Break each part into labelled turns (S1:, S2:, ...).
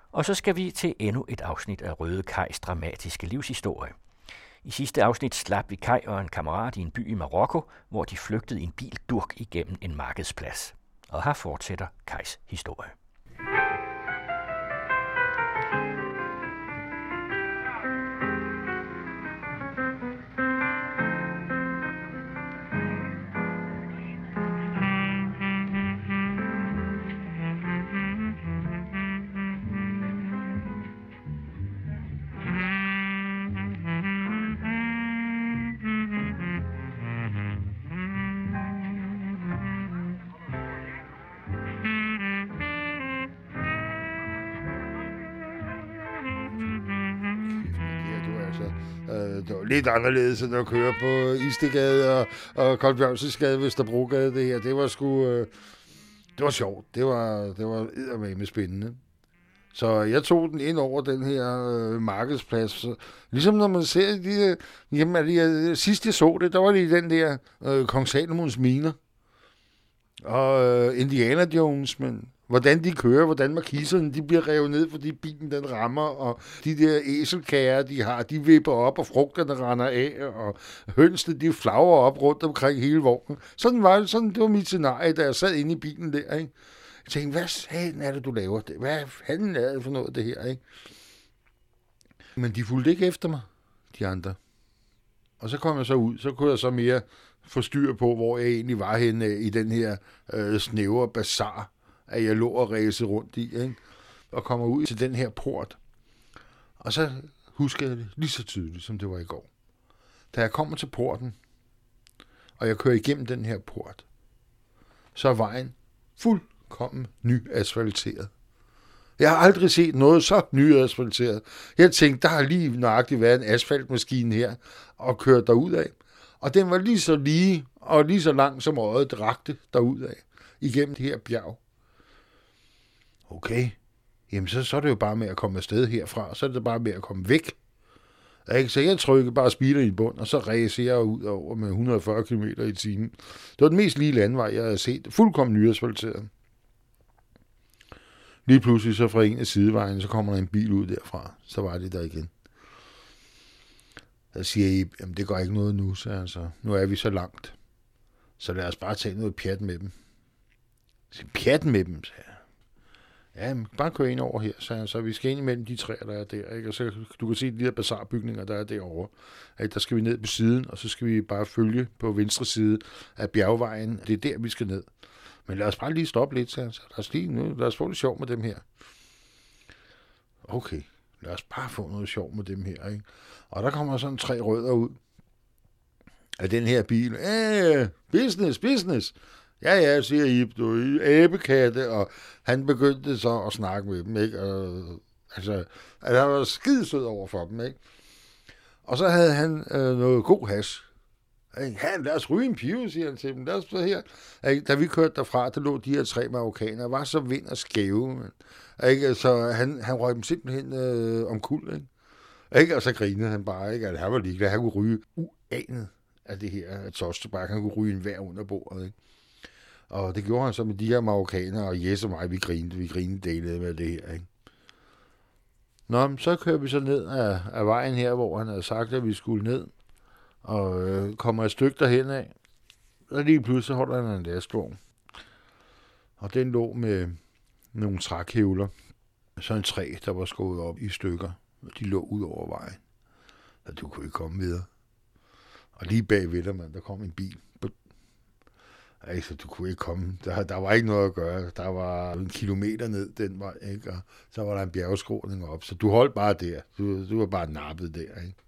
S1: Og så skal vi til endnu et afsnit af Røde Kajs dramatiske livshistorie. I sidste afsnit slap vi Kaj og en kammerat i en by i Marokko, hvor de flygtede i en bildurk igennem en markedsplads. Og her fortsætter Kajs historie.
S2: Det var lidt anderledes end at køre på Istegade og Koldbjørnsensgade, Vesterbrogade. Det her, det var sgu... det var sjovt. Det var eddermame spændende. Så jeg tog den ind over den her markedsplads. Så, ligesom når man ser de jamen, sidst jeg så det, der var det i den der Kong Salomons miner. Og Indiana Jones, men hvordan de kører, hvordan markiserne de bliver revet ned, fordi bilen den rammer, og de der æselkager, de har, de vipper op, og frugterne render af, og hønsene, de flagrer op rundt omkring hele vognen. Sådan det var mit scenarie, da jeg sad inde i bilen der, ikke? Jeg tænkte, hvad satan er det, du laver? Hvad fanden er det for noget, det her, ikke? Men de fulgte ikke efter mig, de andre. Og så kom jeg så ud, så kunne jeg så mere få styr på, hvor jeg egentlig var henne i den her snævre bazar, at jeg lå og ræsede rundt i, ikke? Og kommer ud til den her port. Og så husker jeg det lige så tydeligt, som det var i går. Da jeg kommer til porten, og jeg kører igennem den her port, så er vejen fuldkommen nyasfalteret. Jeg har aldrig set noget så nyasfalteret. Jeg tænkte, der har lige nøjagtigt været en asfaltmaskine her, og kørt derud af. Og den var lige så lige, og lige så lang som øjet rakte derud af, igennem det her bjerg. Okay, jamen så er det jo bare med at komme afsted herfra, så er det bare med at komme væk. Så jeg trykker bare speeder i bund, og så ræser jeg ud over med 140 km i timen. Det var den mest lige landvej, jeg havde set. Fuldkommen nyasfalteret. Lige pludselig så fra en af sidevejen, så kommer der en bil ud derfra. Så var det der igen. Så siger I, jamen det går ikke noget nu, så altså. Nu er vi så langt. Så lad os bare tage noget pjat med dem. Så pjat med dem, sagde jeg. Ja, bare køre ind over her, så vi skal ind imellem de træer, der er der, ikke? Og så du kan se de der bazarbygninger, der er derovre. Der skal vi ned på siden, og så skal vi bare følge på venstre side af bjergvejen. Det er der, vi skal ned. Men lad os bare lige stoppe lidt, så lad os få lidt sjov med dem her. Okay, lad os bare få noget sjov med dem her, ikke? Og der kommer sådan 3 rødder ud af den her bil. Business. Ja, siger Ib, du er æbekatte, og han begyndte så at snakke med dem, ikke? Og, altså, han var skidesød over for dem, ikke? Og så havde han noget god hash. Ja, lad os ryge en pive, siger han til dem. Lad os så her. Da vi kørte derfra, der lå de her 3 marokkanere, var så vind og skæve. Ikke? Så han røg dem simpelthen omkuld, ikke? Og så grinede han bare, ikke? At han var ligeglad. Han kunne ryge uanet af det her tostobak. Han kunne ryge en hver under bordet, ikke? Og det gjorde han så med de her marokkanere, og Jes og mig, vi grinede delet med det her, ikke? Nå, så kører vi så ned af vejen her, hvor han havde sagt, at vi skulle ned, og kommer et stykke derhen af, og lige pludselig holder han en lastvogn. Og den lå med nogle trækævler, så en træ, der var skåret op i stykker, og de lå ud over vejen. Og du kunne ikke komme videre. Og lige bagved der kom en bil. Altså, du kunne ikke komme. Der var ikke noget at gøre. Der var 1 kilometer ned den vej, ikke? Og så var der en bjergskråning op. Så du holdt bare der. Du var bare nappet der, ikke?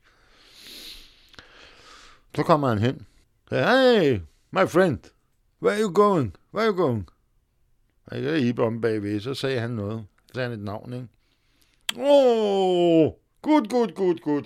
S2: Så kommer han hen. Hey, my friend. Where are you going? Jeg er Ibe om bagved. Så sagde han noget. Så sagde han et navn, ikke? Good.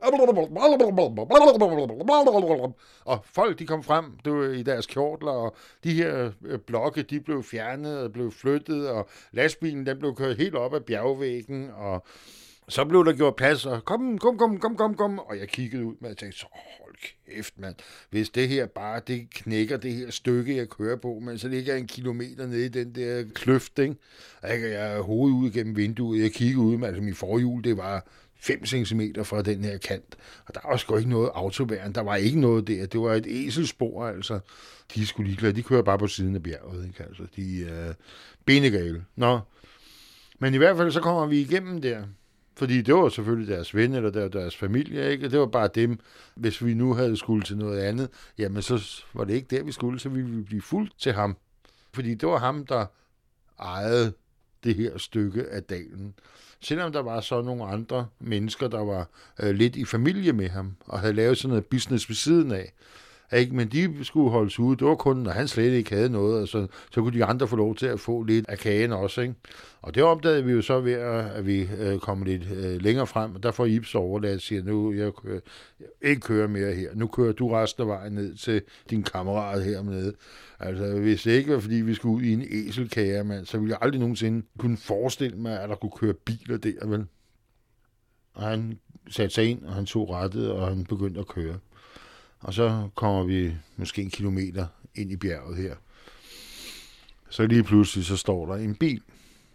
S2: Og folk, de kom frem i deres kjortler, og de her blokke, de blev fjernet og blev flyttet, og lastbilen, den blev kørt helt op ad bjergvæggen, og Så blev der gjort plads, og kom, og jeg kiggede ud, og jeg tænkte, så hold kæft, mand. Hvis det her bare, det knækker det her stykke, jeg kører på, men så ligger jeg 1 kilometer nede i den der kløft, ikke? Jeg hovedet ud gennem vinduet, jeg kiggede ud, men altså min forhjul, det var 5 cm fra den her kant, og der var sgu ikke noget autoværn, der var ikke noget der, det var et eselspor, altså. De skulle ligeglade, de kører bare på siden af bjerget, ikke? Altså, de er benegale. Nå, men i hvert fald så kommer vi igennem der. Fordi det var selvfølgelig deres ven, eller deres familie, ikke? Det var bare dem. Hvis vi nu havde skulle til noget andet, jamen så var det ikke der, vi skulle, så ville vi blive fuldt til ham. Fordi det var ham, der ejede det her stykke af dalen. Selvom der var så nogle andre mennesker, der var lidt i familie med ham, og havde lavet sådan noget business ved siden af. Ikke? Men de skulle holdes ude. Det var kun, når han slet ikke havde noget, og så kunne de andre få lov til at få lidt af kagen også. Ikke? Og det opdagede vi jo så ved, at vi kom lidt længere frem, og der får Ibs overladt og siger, nu jeg ikke kører mere her. Nu kører du resten af vejen ned til din kammerat hernede. Altså, hvis det ikke var, fordi vi skulle ud i en eselkage, mand, så ville jeg aldrig nogensinde kunne forestille mig, at der kunne køre biler der, vel? Og han satte sig ind, og han tog rettet, og han begyndte at køre. Og så kommer vi måske 1 kilometer ind i bjerget her. Så lige pludselig, så står der en bil.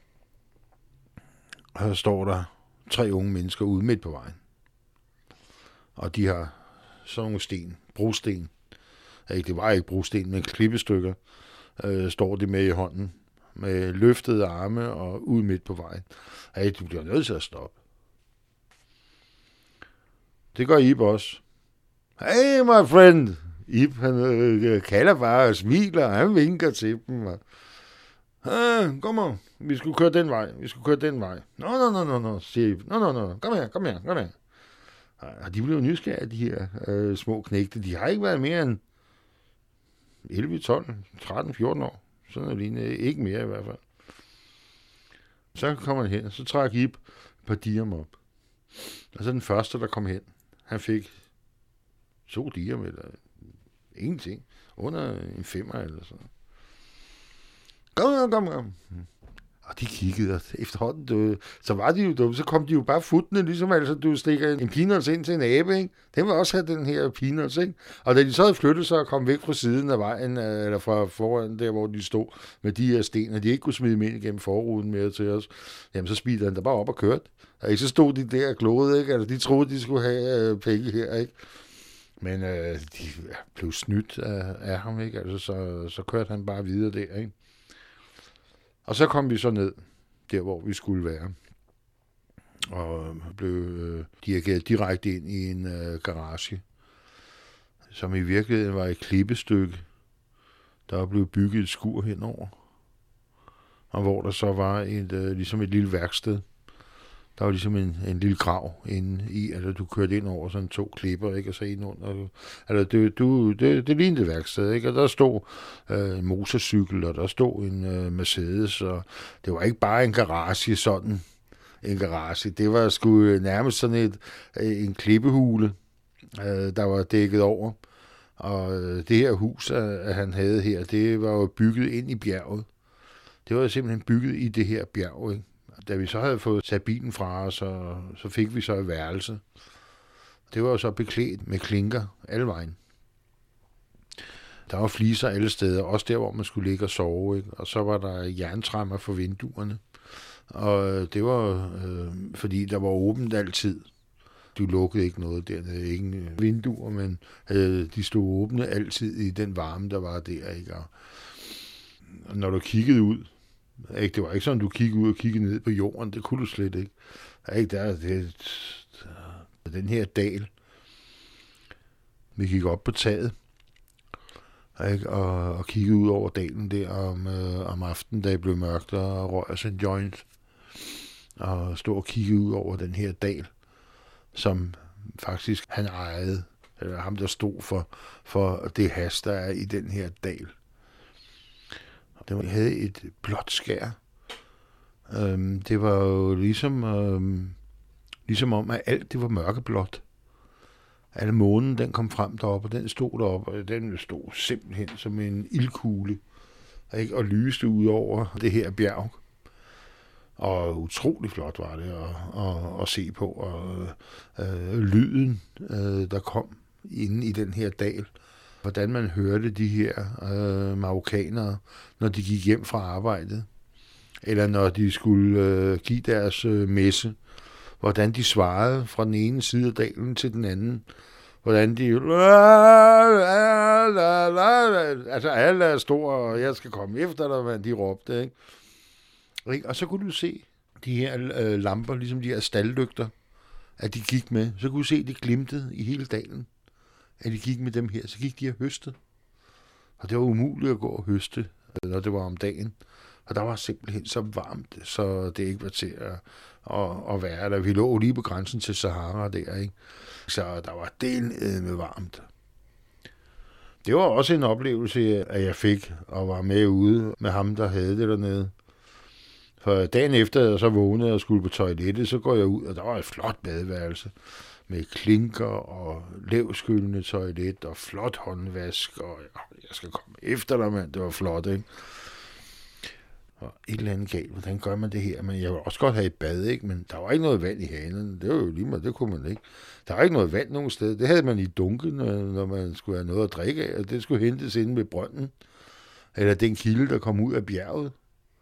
S2: Og så står der 3 unge mennesker ude midt på vejen. Og de har sådan nogle sten, brosten. Det var ikke brosten, men klippestykker. Står de med i hånden. Med løftede arme og ude midt på vejen. Du bliver nødt til at stoppe. Det gør Ib også. Hey, my friend. Ib, han kalder bare og smiler, og han vinker til dem. Kom on. Vi skulle køre den vej. Nå, siger Ib. Nå. Kom her. Og de blev jo nysgerrige, de her små knægte. De har ikke været mere end 11, 12, 13, 14 år. Sådan noget lignende. Ikke mere i hvert fald. Så kommer han hen, og så trækker Ib et par dirham op. Og så den første, der kom hen, han fik 2 dirham eller ingenting. Under en 5'er eller sådan. Kom. Og de kiggede, og efterhånden, så var de jo dumme, så kom de jo bare futtende, ligesom altså, du stikker en peanuts ind til en abe, ikke? Den vil også have den her peanuts, ikke? Og da de så havde flyttet sig og kom væk fra siden af vejen, eller fra foran der, hvor de stod med de her sten, og de ikke kunne smide dem ind igennem forruden mere til os, jamen så speedede han der bare op og kørte. Og så stod de der og glodede, ikke? Altså, de troede, de skulle have penge her, ikke? Men de blev snydt af ham, ikke? Altså, så kørte han bare videre der, ikke? Og så kom vi så ned, der hvor vi skulle være, og blev dirigeret direkte ind i en garage, som i virkeligheden var et klippestykke, der blev bygget et skur henover, og hvor der så var ligesom et lille værksted. Der var ligesom en lille grav inde i, altså du kørte ind over sådan 2 klipper, ikke, og så ind under. Altså det lignede et værksted, ikke, og der stod en motorcykel, og der stod en Mercedes, og det var ikke bare en garage sådan, en garage. Det var sgu nærmest sådan en klippehule, der var dækket over. Og det her hus, han havde her, det var jo bygget ind i bjerget. Det var simpelthen bygget i det her bjerg, ikke? Da vi så havde fået sat bilen fra os, så fik vi så et værelse. Det var jo så beklædt med klinker alle vejen. Der var fliser alle steder, også der, hvor man skulle ligge og sove, ikke? Og så var der jerntræmmer for vinduerne. Og det var, fordi der var åbent altid. Du lukkede ikke noget dernede, ingen vinduer, men de stod åbne altid i den varme, der var der, ikke? Og når du kiggede ud, ikke? Det var ikke sådan, du kiggede ud og kiggede ned på jorden. Det kunne du slet ikke. Ikke? Den her dal. Vi gik op på taget. Ikke? Og kiggede ud over dalen der om aftenen, da det blev mørkt, og røg os en joint. Og stod og kiggede ud over den her dal, som faktisk han ejede. Eller ham, der stod for det has, der er i den her dal. Den havde et blåt skær. Det var jo ligesom om, at alt det var mørkeblåt. Alle månen, den kom frem deroppe, og den stod deroppe, og den stod simpelthen som en ildkugle, ikke? Og lyste ud over det her bjerg. Og utrolig flot var det at se på, og lyden, der kom inde i den her dal. Hvordan man hørte de her marokkanere, når de gik hjem fra arbejdet, eller når de skulle give deres messe. Hvordan de svarede fra den ene side af dalen til den anden. Hvordan de... Altså alle er store, og jeg skal komme efter dig, hvad de råbte, ikke? Og så kunne du se de her lamper, ligesom de her staldlygter, at de gik med. Så kunne du se, at de glimtede i hele dalen. At de gik med dem her. Så gik de og høste. Og det var umuligt at gå og høste, når det var om dagen. Og der var simpelthen så varmt, så det ikke var til at være der. Vi lå lige på grænsen til Sahara der, ikke? Så der var med varmt. Det var også en oplevelse, at jeg fik og var med ude med ham, der havde det dernede. For dagen efter, jeg så vågnede og skulle på toilettet, så går jeg ud, og der var et flot badeværelse med klinker og lavskyldende toilet og flot håndvask, og jeg skal komme efter dig, mand. Det var flot, ikke? Og et eller andet galt. Hvordan gør man det her? Men jeg vil også godt have et bad, ikke? Men der var ikke noget vand i hanen. Det var jo lige meget, det kunne man ikke. Der var ikke noget vand nogen sted. Det havde man i dunken, når man skulle have noget at drikke af, og det skulle hentes inde ved brønden. Eller den kilde, der kom ud af bjerget.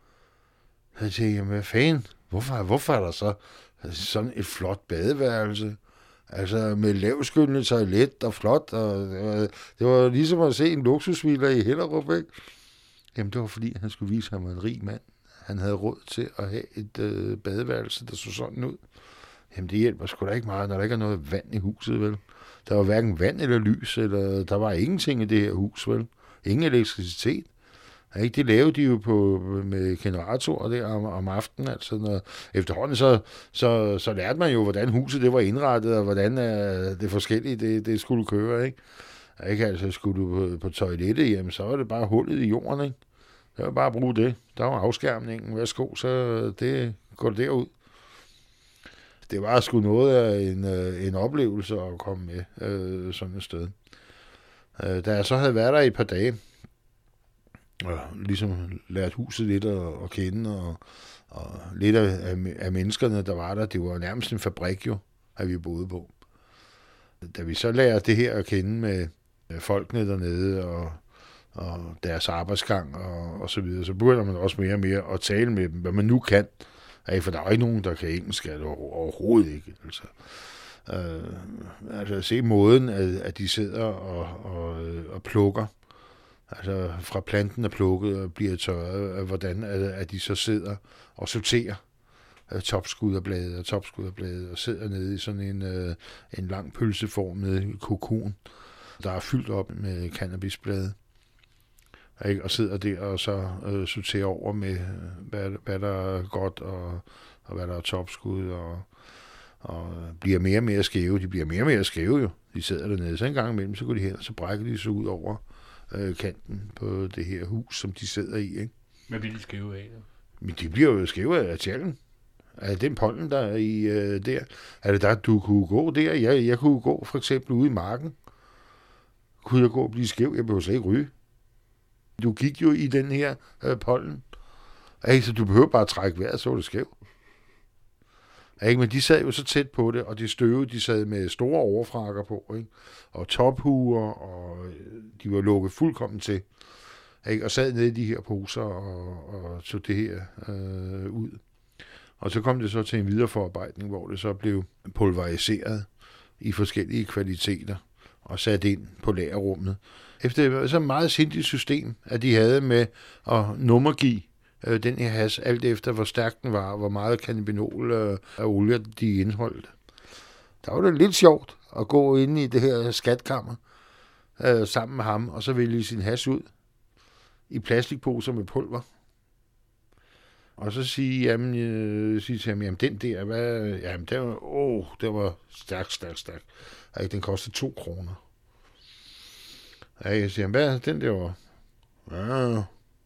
S2: Så jeg tænkte, jamen hvad fanden? Hvorfor er der så sådan et flot badeværelse? Altså med lavskyldende toilet og flot. Og det var ligesom at se en luksusvilla i Hellerup, ikke? Jamen det var fordi, han skulle vise, at han var en rig mand. Han havde råd til at have et badeværelse, der så sådan ud. Jamen det hjælper sgu da ikke meget, når der ikke er noget vand i huset, vel? Der var hverken vand eller lys, eller der var ingenting i det her hus, vel? Ingen elektricitet. Ja, ikke? Det lavede de jo med generatorer der om aftenen. Altså, efterhånden så lærte man jo, hvordan huset det var indrettet, og hvordan det forskellige det skulle køre, ikke? Ikke altså, skulle du på toilettet, jamen, så var det bare hullet i jorden, ikke? Det var bare at bruge det. Der var afskærmningen. Værsgo, så det går derud. Det var sgu noget af en oplevelse at komme med sådan et sted. Da jeg så havde været der i et par dage, og ligesom lært huset lidt at kende, og lidt af menneskerne, der var der, det var nærmest en fabrik jo, at vi boede på. Da vi så lærte det her at kende med folkene dernede, og deres arbejdsgang, og så videre, så begynder man også mere og mere at tale med dem, hvad man nu kan. For der er ikke nogen, der kan engelsk, overhovedet ikke. Altså se måden, at de sidder og plukker, altså fra planten er plukket og bliver tørret, hvordan at de så sidder og sorterer topskudderblade og sidder nede i sådan en lang pølseformet kokon, der er fyldt op med cannabisblade. Og sidder der og så sorterer over med, hvad der er godt, og hvad der er topskud, og bliver mere og mere skæve. De bliver mere og mere skæve jo. De sidder dernede, så en gang imellem, så går de hen, og så brækker de så ud over kanten på det her hus, som de sidder i, ikke?
S1: Hvad bliver de skæve af? Ja?
S2: Men de bliver jo skæve af tjallen. Af den pollen, der er i der. Er det der, du kunne gå der? Jeg kunne gå for eksempel ude i marken. Kunne jeg gå og blive skæv? Jeg behøver slet ikke ryge. Du gik jo i den her pollen. Så du behøver bare at trække vejret, så var det skæv. Men de sad jo så tæt på det, og de støve, de sad med store overfrakker på, ikke? Og tophuer, og de var lukket fuldkommen til. Og sad nede i de her poser og tog det her ud. Og så kom det så til en videreforarbejdning, hvor det så blev pulveriseret i forskellige kvaliteter og sat ind på lagerrummet. Efter så et meget sindigt system, at de havde med at nummergive den her hash, alt efter hvor stærk den var, hvor meget cannabinol af olie de indeholdt. Der var det lidt sjovt at gå ind i det her skatkammer sammen med ham, og så vælge sin hash ud i plastikposer med pulver. Og så sige til ham, jamen den der, jamen det var stærk. Den kostede 2 kroner. Jeg siger, hvad den der var? Ja,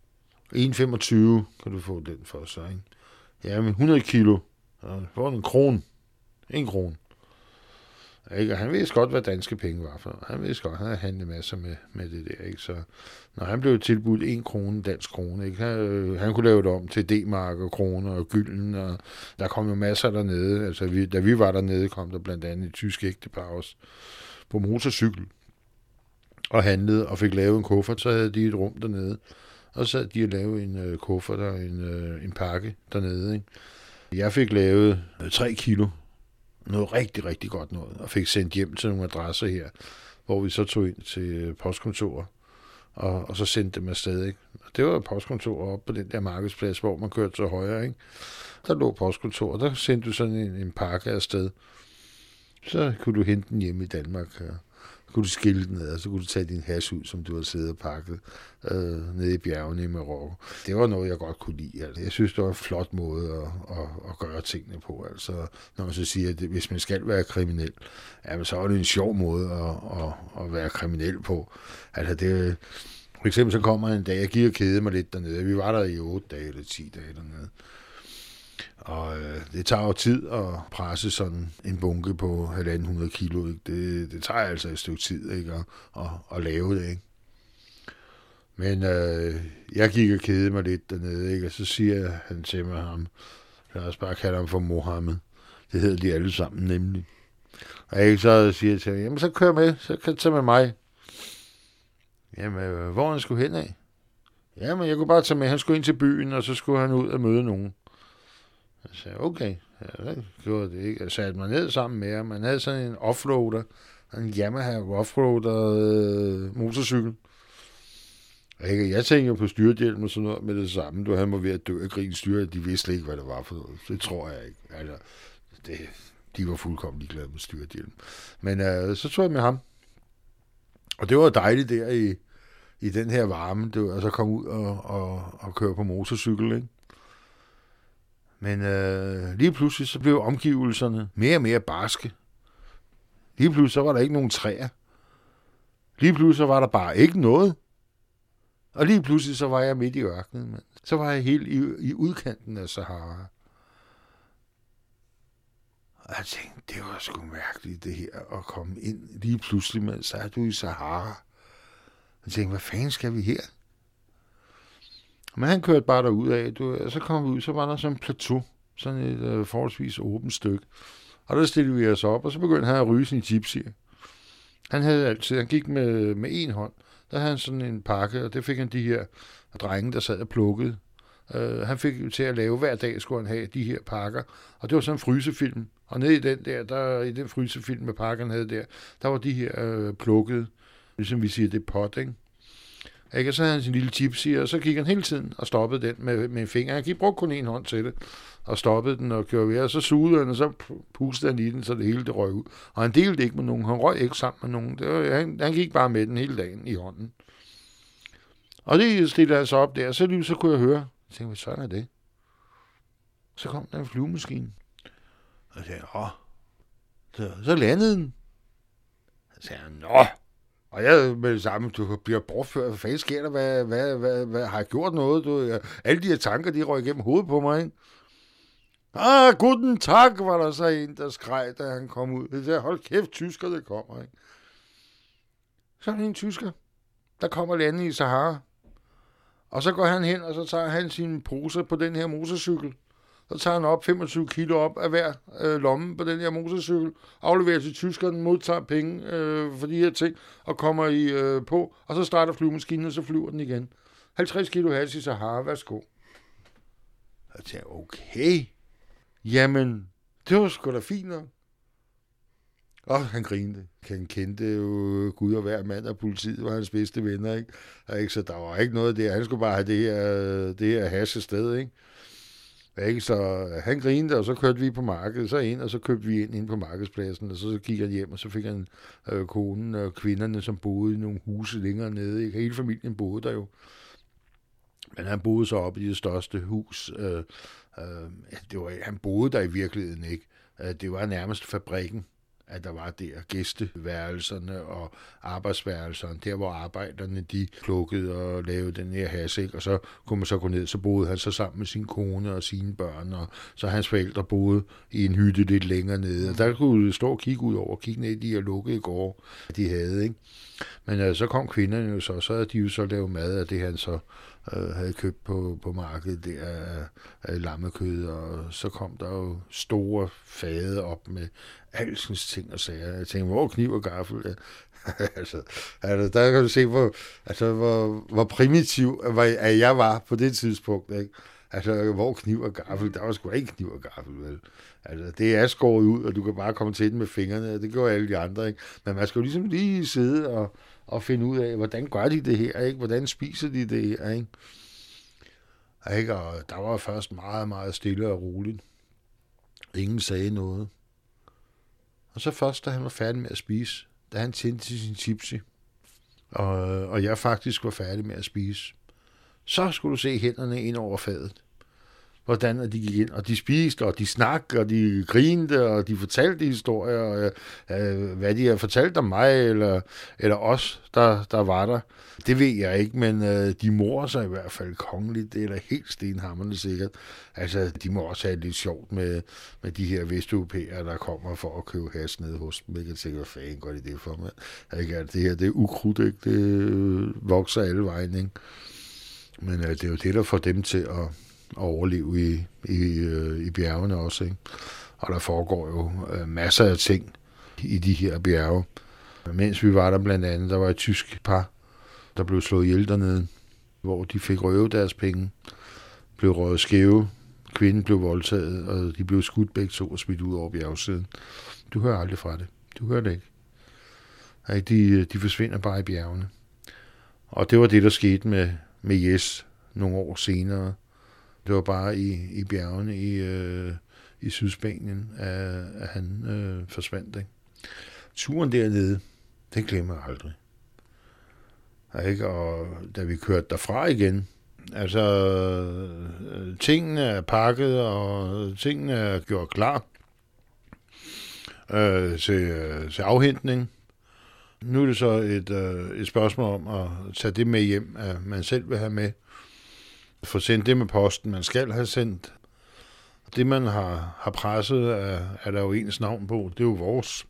S2: 1,25 kan du få den for sig, ikke? Ja, men 100 kilo. Ja, for en krone. 1 krone. Ikke? Og han vidste godt, hvad danske penge var for. Han vidste godt, han havde handlet masser med det der. Ikke? Så når han blev tilbudt 1 krone, dansk krone, ikke? Han kunne lave det om til D-mark og kroner og gylden, og der kom jo masser dernede. Altså, da vi var dernede, kom der blandt andet et tysk ægtepar også på motorcykel og handlede og fik lavet en kuffert, så havde de et rum dernede. Og så havde de lavet en kuffert og en pakke dernede. Ikke? Jeg fik lavet 3 kilo. Noget rigtig, rigtig godt noget. Og fik sendt hjem til nogle adresser her, hvor vi så tog ind til postkontoret. Og så sendte dem afsted. Ikke? Og det var postkontoret oppe på den der markedsplads, hvor man kørte til højre. Ikke? Der lå postkontoret. Der sendte du sådan en pakke afsted. Så kunne du hente den hjemme i Danmark her. Så kunne du skille den ned, og så kunne du tage din hash ud, som du havde siddet og pakket nede i bjergene i Marokko. Det var noget, jeg godt kunne lide. Altså. Jeg synes, det var en flot måde at gøre tingene på. Altså, når man så siger, at hvis man skal være kriminel, jamen, så er det en sjov måde at være kriminel på. Altså, det, for eksempel så kommer en dag, jeg giver kede mig lidt dernede. Vi var der i 8 dage eller 10 dage dernede. Og det tager jo tid at presse sådan en bunke på 1.500 kilo. Ikke? Det tager altså et stykke tid, ikke? At lave det. Ikke? Men jeg gik og kedede mig lidt dernede, ikke? Og så siger han til mig ham, lad os bare kalde ham for Mohammed. Det hedder de alle sammen nemlig. Og jeg så siger til ham, jamen så kør med, så kan du tage med mig. Jamen, hvor han skulle hen af? Jamen, jeg kunne bare tage med, han skulle ind til byen, og så skulle han ud og møde nogen. Jeg sagde, okay, ja, det gjorde det ikke. Jeg satte mig ned sammen med ham. Man havde sådan en offroader, en Yamaha offroader motorcykel. Jeg tænkte jo på styrthjelm og sådan noget med det samme. Han var ved at dø af grin styre. De vidste ikke, hvad det var for noget. Det tror jeg ikke. Altså, de var fuldkommen ligeglade med styrthjelm. Men så tog jeg med ham. Og det var dejligt der i den her varme. Det var altså at komme ud og køre på motorcykel, ikke? Men lige pludselig så blev omgivelserne mere og mere barske. Lige pludselig så var der ikke nogen træer. Lige pludselig så var der bare ikke noget. Og lige pludselig så var jeg midt i ørkenen. Men så var jeg helt i udkanten af Sahara. Og jeg tænkte, det var sgu mærkeligt det her at komme ind lige pludselig, men så er du i Sahara. Jeg tænkte, hvad fanden skal vi her? Men han kørte bare derud af, og så kom vi ud, så var der sådan en plateau, sådan et forholdsvis åbent stykke. Og der stillede vi os op, og så begyndte han at ryge sin gypsy. Han gik med en hånd, der havde han sådan en pakke, og det fik han de her drenge, der sad og plukkede. Han fik jo til at lave, hver dag skulle han have de her pakker, og det var sådan en frysefilm. Og nede i i den frysefilm med pakkerne havde der var de her plukkede, ligesom vi siger, det pot, ikke? Og så havde han sin lille gypsy, og så gik han hele tiden og stoppede den med en finger. Han brugte kun en hånd til det, og stoppede den og kørte ved, og så sugede han, og så pustede han i den, så det hele det røg ud. Og han delte ikke med nogen, han røg ikke sammen med nogen. Han gik bare med den hele dagen i hånden. Og det stillede han så op der, og så kunne jeg høre, jeg tænkte, sådan er det. Så kom der en flyvemaskine, og jeg sagde, så landede den. Så sagde han, nå. Og jeg med det samme, du bliver bortført. Hvad fanden sker der? Hvad har jeg gjort noget? Alle de her tanker, de røg igennem hovedet på mig, ikke? Guten Tag, var der så en, der skreg, da han kom ud. Det der, hold kæft, tysker, det kommer, ikke? Så er det en tysker, der kommer lande i Sahara. Og så går han hen, og så tager han sine poser på den her motorcykel. Så tager han op 25 kilo op af hver lomme på den her motorcykel, afleverer til tyskerne, modtager penge for de her ting, og kommer på, og så starter flyvemaskinen, og så flyver den igen. 50 kilo hash i Sahara, værsgo. Jeg tænkte, okay, jamen, det var sgu da fint nok. Og han grinede. Han kendte jo Gud og hver mand, og politiet var hans bedste venner, ikke? Så der var ikke noget der. Han skulle bare have det her hash sted, ikke? Ikke? Så han grinede, og så kørte vi på markedet, så ind, og så købte vi ind på markedspladsen, og så gik han hjem, og så fik han konen og kvinderne, som boede i nogle huse længere nede. Ikke? Hele familien boede der jo. Men han boede så oppe i det største hus. Han boede der i virkeligheden ikke. Det var nærmest fabrikken. at der var der gæsteværelserne og arbejdsværelserne, der hvor arbejderne de plukkede og lavede den her hash, ikke? Og så kunne man så gå ned, så boede han så sammen med sin kone og sine børn, og så hans forældre boede i en hytte lidt længere nede, og der kunne du stå og kigge ud over, kigge ned i de her lukkede gårde, de havde, ikke? Men så kom kvinderne jo så havde de jo så lavet mad af det, han så havde købt på markedet der af lammekød, og så kom der jo store fade op med alskens ting og sager. Jeg tænkte, hvor kniv og gaffel? Ja. altså, der kan du se, hvor primitiv at jeg var på det tidspunkt. Ikke? Altså, hvor kniv og gaffel? Der var sgu ikke kniv og gaffel, vel? Altså, det er skåret ud, og du kan bare komme til den med fingrene, og det gør alle de andre, ikke? Men man skal jo ligesom lige sidde og finde ud af, hvordan gør de det her, ikke? Hvordan spiser de det her, ikke? Og der var først meget, meget stille og roligt. Ingen sagde noget. Og så først, da han var færdig med at spise, da han tændte til sin chipsi, og jeg faktisk var færdig med at spise, så skulle du se hænderne ind over fadet. Hvordan de gik ind, og de spiste, og de snakkede, og de grinede, og de fortalte historier, hvad de har fortalt om mig, eller os, der var der. Det ved jeg ikke, men de morer sig i hvert fald kongeligt, det er da helt stenhamrende sikkert. Altså, de må også have lidt sjovt med de her vesteuropæere, der kommer for at købe hash nede hos dem. Jeg kan tænke, hvad fanden gør de det for, mig? Ikke? Det her, det er ukrudt, ikke? Det vokser alle vejen, ikke? Men det er jo det, der får dem til at overleve i bjergene også, ikke? Og der foregår jo masser af ting i de her bjerge. Mens vi var der blandt andet, der var et tysk par, der blev slået ihjel dernede, hvor de fik røvet deres penge, blev røget skæve, kvinden blev voldtaget, og de blev skudt begge to og smidt ud over bjergsiden. Du hører aldrig fra det. Du hører det ikke. De forsvinder bare i bjergene. Og det var det, der skete med Jes nogle år senere. Det var bare i bjergene i Sydspanien, at han forsvandt. Ikke? Turen dernede, den glemmer jeg aldrig. Ikke? Og da vi kørte derfra igen, altså tingene er pakket, og tingene er gjort klar til afhentning. Nu er det så et spørgsmål om at tage det med hjem, at man selv vil have med. Få sendt det med posten, man skal have sendt. Det, man har presset, er der jo ens navn på. Det er jo vores.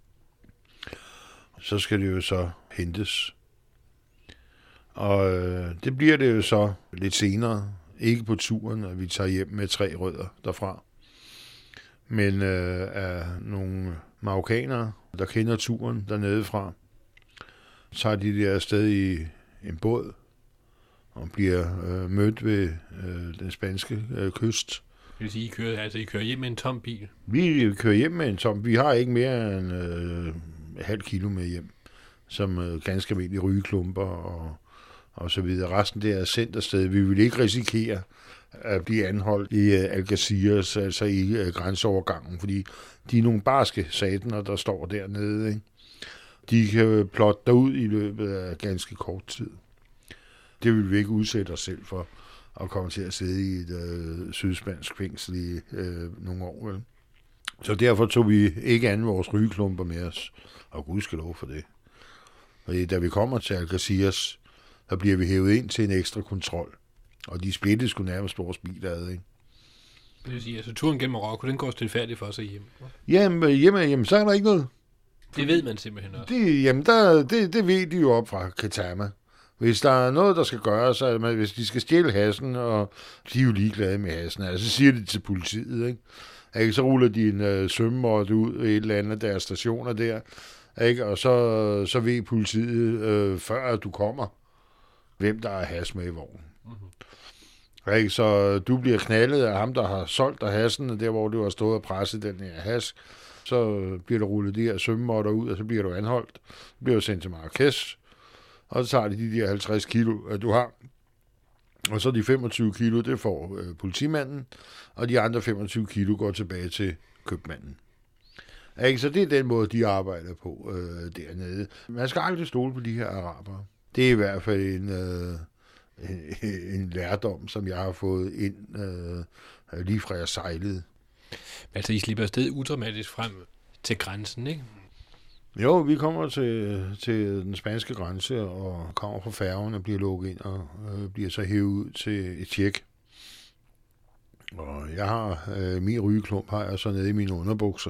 S2: Så skal det jo så hentes. Og det bliver det jo så lidt senere. Ikke på turen, at vi tager hjem med 3 rødder derfra. Men af nogle marokkanere, der kender turen dernede fra, tager de der afsted i en båd, og bliver mødt ved den spanske kyst.
S3: Det vil sige, I kører hjem med en tom bil?
S2: Vi kører hjem med en tom. Vi har ikke mere end halv kilo med hjem, som ganske almindelige rygeklumper og så videre. Resten der er sendt afsted. Vi vil ikke risikere at blive anholdt i Algeciras, altså i grænseovergangen, fordi de er nogle barske sataner, der står dernede. Ikke? De kan plotte derud i løbet af ganske kort tid. Det vil vi ikke udsætte os selv for at komme til at sidde i et sydspansk fængsel i nogle år. Vel? Så derfor tog vi ikke an vores rygeklumper med os, og Gud skal lov for det. Og da vi kommer til Algeciras, så bliver vi hævet ind til en ekstra kontrol, og de splittede skulle nærmest vores biler ad, ikke?
S3: Det vil sige, altså turen gennem Marokko, den går stilfærdigt for sig hjem.
S2: Jamen, så er der ikke noget.
S3: Det ved man simpelthen også.
S2: Det ved de jo op fra Ketama. Hvis der er noget, der skal gøres, altså, hvis de skal stjæle hassen, og de er jo ligeglade med hassen, altså, så siger de til politiet, ikke? Så ruller de en sømmåtte ud i et eller andet af deres stationer der, ikke? Og så ved politiet, før du kommer, hvem der er has med i vognen. Mm-hmm. Ikke? Så du bliver knaldet af ham, der har solgt dig hassen, der hvor du har stået og presset den her has. Så bliver der rullet de her sømmåtter ud, og så bliver du anholdt. Så bliver du sendt til Marrakesh, og så tager de der 50 kilo, du har. Og så de 25 kilo, det får politimanden, og de andre 25 kilo går tilbage til købmanden. Ikke? Så det er den måde, de arbejder på dernede. Man skal aldrig stole på de her arabere. Det er i hvert fald en lærdom, som jeg har fået ind lige fra jeg sejlede.
S3: Altså, I slipper afsted udramatisk frem. til grænsen, ikke?
S2: Jo, vi kommer til den spanske grænse og kommer fra færgen og bliver lukket ind og bliver så hævet ud til et tjek. Og jeg har min rygeklump har jeg så nede i mine underbukser.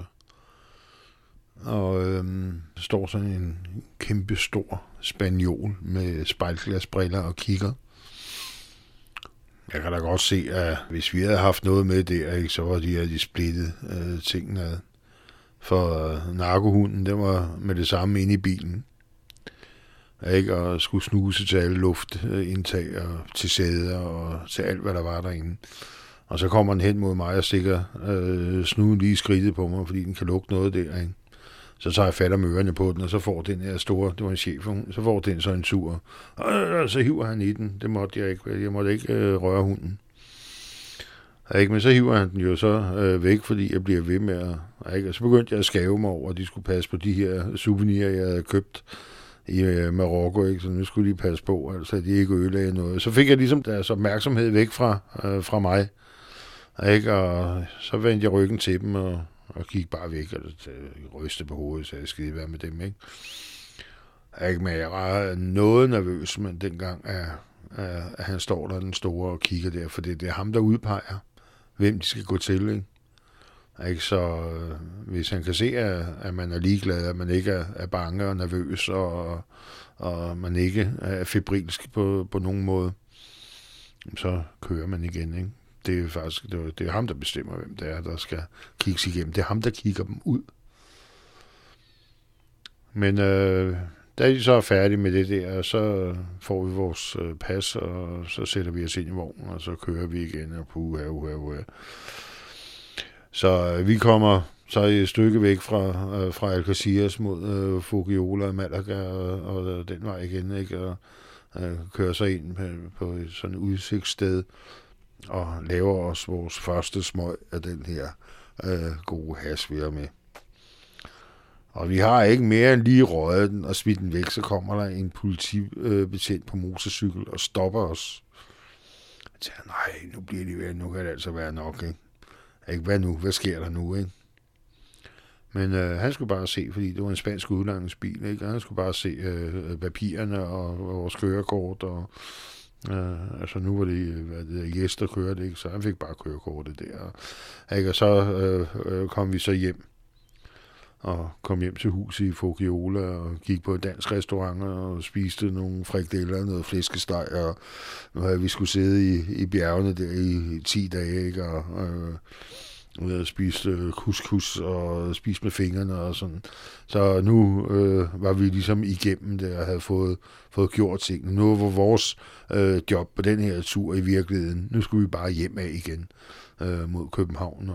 S2: Og står sådan en kæmpe stor spanjol med spejlglasbriller og kigger. Jeg kan da godt se, at hvis vi havde haft noget med der, ikke, så var de splittet tingene ad. For narkohunden, den var med det samme inde i bilen. Ikke? Og skulle snuse til alle luftindtag og til sæder og til alt, hvad der var derinde. Og så kommer den hen mod mig og stikker snuden lige i skridtet på mig, fordi den kan lugte noget der, ikke? Så tager jeg fat om ørerne på den, og så får den her store, det var en chefhund, så får den så en tur. Og så hiver han i den. Det måtte jeg ikke. Jeg måtte ikke røre hunden. Ikke? Men så hiver han den jo så væk, fordi jeg bliver ved med at... Ikke? Og så begyndte jeg at skæve mig over, at de skulle passe på de her souvenirer, jeg havde købt i Marokko. Ikke? Så nu skulle de passe på, altså at de ikke ødelagde noget. Så fik jeg ligesom deres opmærksomhed væk fra mig. Ikke? Og så vendte jeg ryggen til dem og gik bare væk og rystede på hovedet, så jeg skide være med dem. Ikke? Men jeg var noget nervøs, men dengang at han står der, den store, og kigger der, for det er ham, der udpeger, hvem de skal gå til. Ikke? Så hvis han kan se, at man er ligeglad, at man ikke er bange og nervøs, og man ikke er febrilsk på nogen måde, så kører man igen. Ikke? Det er faktisk det er ham, der bestemmer, hvem det er, der skal kigges igennem. Det er ham, der kigger dem ud. Men da de så er færdige med det der, så får vi vores pas, og så sætter vi os ind i vognen, og så kører vi igen, og puha. Så vi kommer så et stykke væk fra Algeciras mod Fuengirola og Malaga, og den vej igen, ikke? Og kører så ind på sådan et udsigtssted, og laver os vores første smøg af den her gode hash, vi er med. Og vi har ikke mere end lige røget den og smidt den væk, så kommer der en politibetjent på motorcykel og stopper os. Jeg tænker, nej, nu bliver de ved, nu kan det altså være nok, ikke? Hvad nu? Hvad sker der nu, ikke? Men han skulle bare se, fordi det var en spansk udlejningsbil, ikke? Og han skulle bare se papirerne og vores kørekort, og altså nu var det Jes, der kørte, ikke? Så han fik bare kørekortet der. Ikke? Og så kom vi så hjem. Og kom hjem til huset i Fuengirola og gik på et dansk restaurant og spiste nogle frikadeller og noget flæskesteg, og nu havde vi skulle sidde i bjergene der i 10 dage, ikke? Og spiste couscous og spiste med fingrene og sådan. Så nu var vi ligesom igennem det og havde fået gjort tingene. Nu var vores job på den her tur i virkeligheden. Nu skulle vi bare hjem af igen mod København,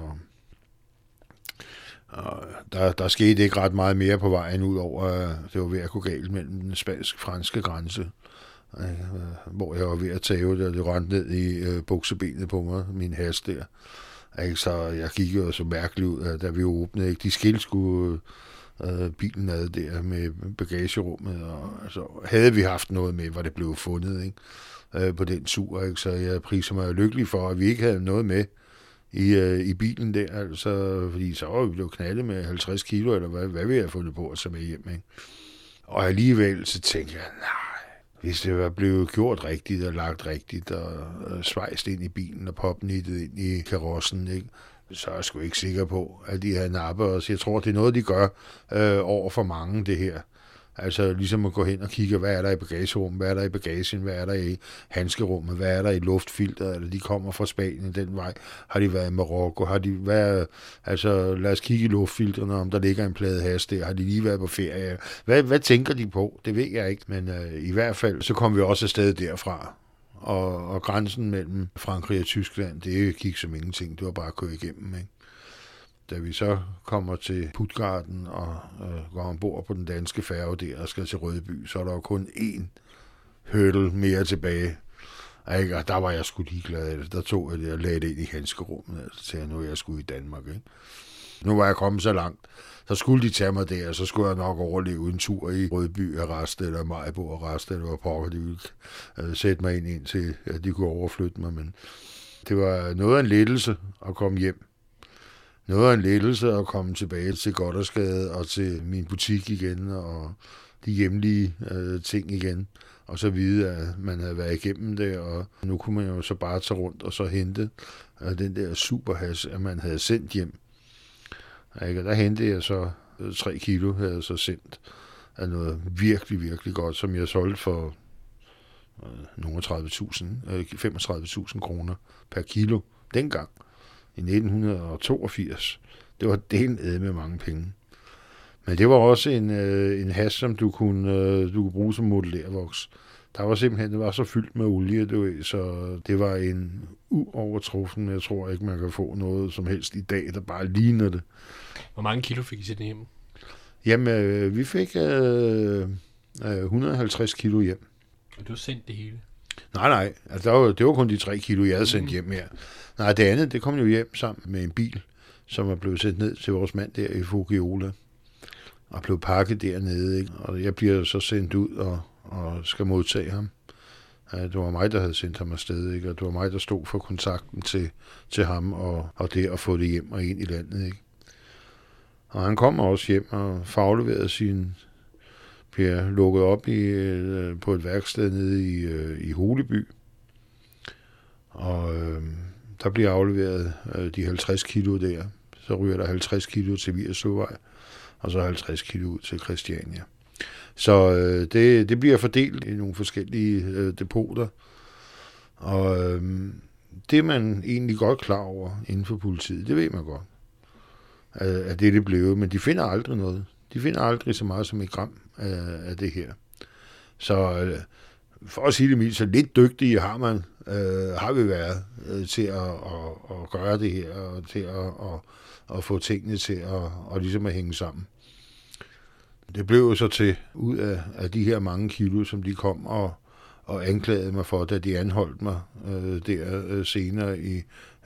S2: og der skete ikke ret meget mere på vejen, ud over at det var ved at gå galt mellem den spansk-franske grænse, hvor jeg var ved at tage det, og det rendte ned i buksebenet på mig, min has der. Så jeg gik jo så mærkeligt ud, da vi åbnede. De skilte skulle bilen ad der med bagagerummet, og altså, havde vi haft noget med, hvor det blev fundet, ikke? På den tur, ikke? Så jeg priser mig lykkelig for, at vi ikke havde noget med i bilen der, altså, fordi så var vi blevet knaldet med 50 kilo, eller hvad vi havde fundet på at tage med hjem, ikke? Og alligevel så tænkte jeg, nej, hvis det var blevet gjort rigtigt og lagt rigtigt og svejst ind i bilen og popnittet ind i karossen, ikke? Så er jeg sgu ikke sikker på, at de havde nappet os. Jeg tror, det er noget, de gør over for mange, det her. Altså ligesom at gå hen og kigge, hvad er der i bagagerummet, hvad er der i bagagen, hvad er der i handskerummet, hvad er der i luftfilteret, eller de kommer fra Spanien den vej, har de været i Marokko, har de været, altså lad os kigge i luftfilterne, om der ligger en plade hash der, har de lige været på ferie, hvad tænker de på, det ved jeg ikke, men i hvert fald, så kom vi også afsted derfra, og grænsen mellem Frankrig og Tyskland, det gik som ingenting, det var bare at køre igennem, ikke? Da vi så kommer til Puttgarden og går ombord på den danske færge der og skal til Rødby, så er der jo kun én hurdle mere tilbage. Ikke? Og der var jeg sgu ligeglad af det. Der tog jeg det og lagde det ind i handskerummet, altså til nu er jeg sgu i Danmark. Ikke? Nu var jeg kommet så langt, så skulle de tage mig der, og så skulle jeg nok overleve en tur i Rødby Arrest eller Majbo Arrest, eller hvor pokker de ville sætte mig ind til, at de kunne overflytte mig. Men det var noget af en lettelse at komme hjem. noget af en lettelse at komme tilbage til Gothersgade og til min butik igen, og de hjemlige ting igen. Og så vide, at man havde været igennem det, og nu kunne man jo så bare tage rundt og så hente den der superhash, at man havde sendt hjem. Og der hentede jeg så 3 kilo, havde jeg så sendt af noget virkelig, virkelig godt, som jeg solgte for nogle 35.000 kroner per kilo dengang i 1982. Det var delt med mange penge. Men det var også en hash, som du kunne bruge som modellervoks. Der var simpelthen, det var så fyldt med olie, så det var en uovertruffen. Jeg tror ikke, man kan få noget som helst i dag, der bare ligner det.
S3: Hvor mange kilo fik I sendt hjem?
S2: Jamen, vi fik 150 kilo hjem.
S3: Og du sendte det hele?
S2: Nej. Altså, det var kun de 3 kilo, jeg havde sendt hjem her. Nej, det andet, det kom jo hjem sammen med en bil, som var blevet sendt ned til vores mand der i Fugiola. Og blev pakket dernede, ikke? Og jeg bliver så sendt ud og skal modtage ham. Det var mig, der havde sendt ham afsted, ikke? Og det var mig, der stod for kontakten til ham og det at få det hjem og ind i landet, ikke? Og han kommer også hjem og får bliver lukket op på et værksted nede i Holeby. Og der bliver afleveret de 50 kilo der. Så ryger der 50 kilo til Vigersøvej, og så 50 kilo ud til Christiania. Så det bliver fordelt i nogle forskellige depoter. Og det er man egentlig godt klar over inden for politiet. Det ved man godt, at det blev. Men de finder aldrig noget. De finder aldrig så meget som et gram af det her. Så for at sige det mildt, så lidt dygtige har vi været til at gøre det her, og til at få tingene til at ligesom at hænge sammen. Det blev jo så til, ud af de her mange kilo, som de kom og anklagede mig for, da de anholdt mig der senere i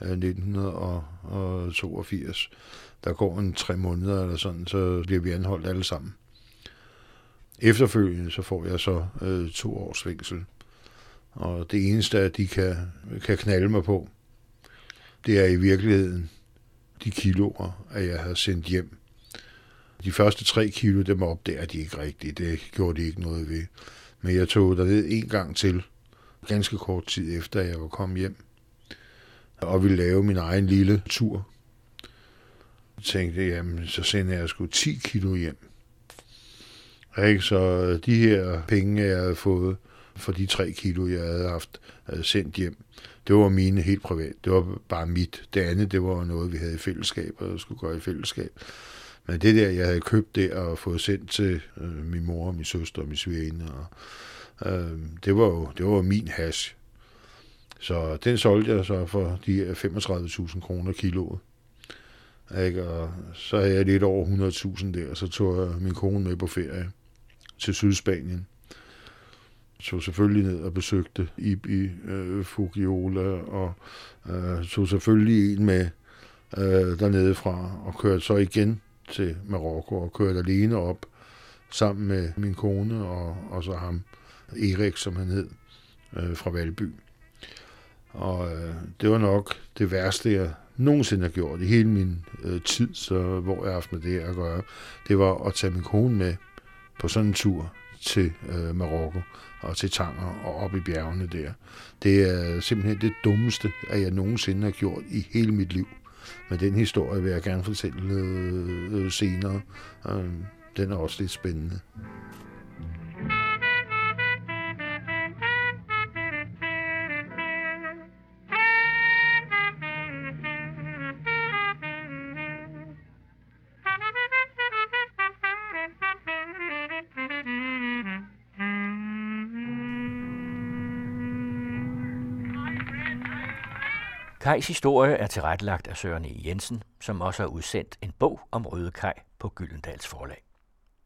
S2: 1982. Der går 3 måneder eller sådan, så bliver vi anholdt alle sammen. Efterfølgende så får jeg så 2 års fængsel. Og det eneste, at de kan knalde mig på, det er i virkeligheden de kiloer, at jeg har sendt hjem. De første 3 kilo, dem opdager de ikke rigtigt. Det gjorde de ikke noget ved. Men jeg tog derned en gang til, ganske kort tid efter, at jeg var kommet hjem, og ville lave min egen lille tur. Jeg tænkte, jamen, så sender jeg sgu 10 kilo hjem. Så de her penge, jeg havde fået for de 3 kilo, jeg havde sendt hjem, det var mine helt privat. Det var bare mit. Det andet, det var noget, vi havde i fællesskab, og skulle gøre i fællesskab. Men det der, jeg havde købt det og fået sendt til min mor, min søster og min svigerinde, det var min hash. Så den solgte jeg så for de 35.000 kroner kiloet. Og så havde jeg lidt over 100.000 der, og så tog jeg min kone med på ferie til Sydspanien. Så selvfølgelig ned og besøgte i Fugiola, og tog selvfølgelig en med dernede fra, og kørte så igen til Marokko, og kørte alene op sammen med min kone, og så ham, Erik, som han hed, fra Valby. Og det var nok det værste, jeg nogensinde har gjort i hele min tid, så hvor jeg har haft med det at gøre. Det var at tage min kone med på sådan en tur til Marokko og til Tanger og op i bjergene der. Det er simpelthen det dummeste, at jeg nogensinde har gjort i hele mit liv. Men den historie vil jeg gerne fortælle senere. Den er også lidt spændende.
S1: Kajs historie er tilrettelagt af Søren E. Jensen, som også har udsendt en bog om Røde Kaj på Gyldendals Forlag.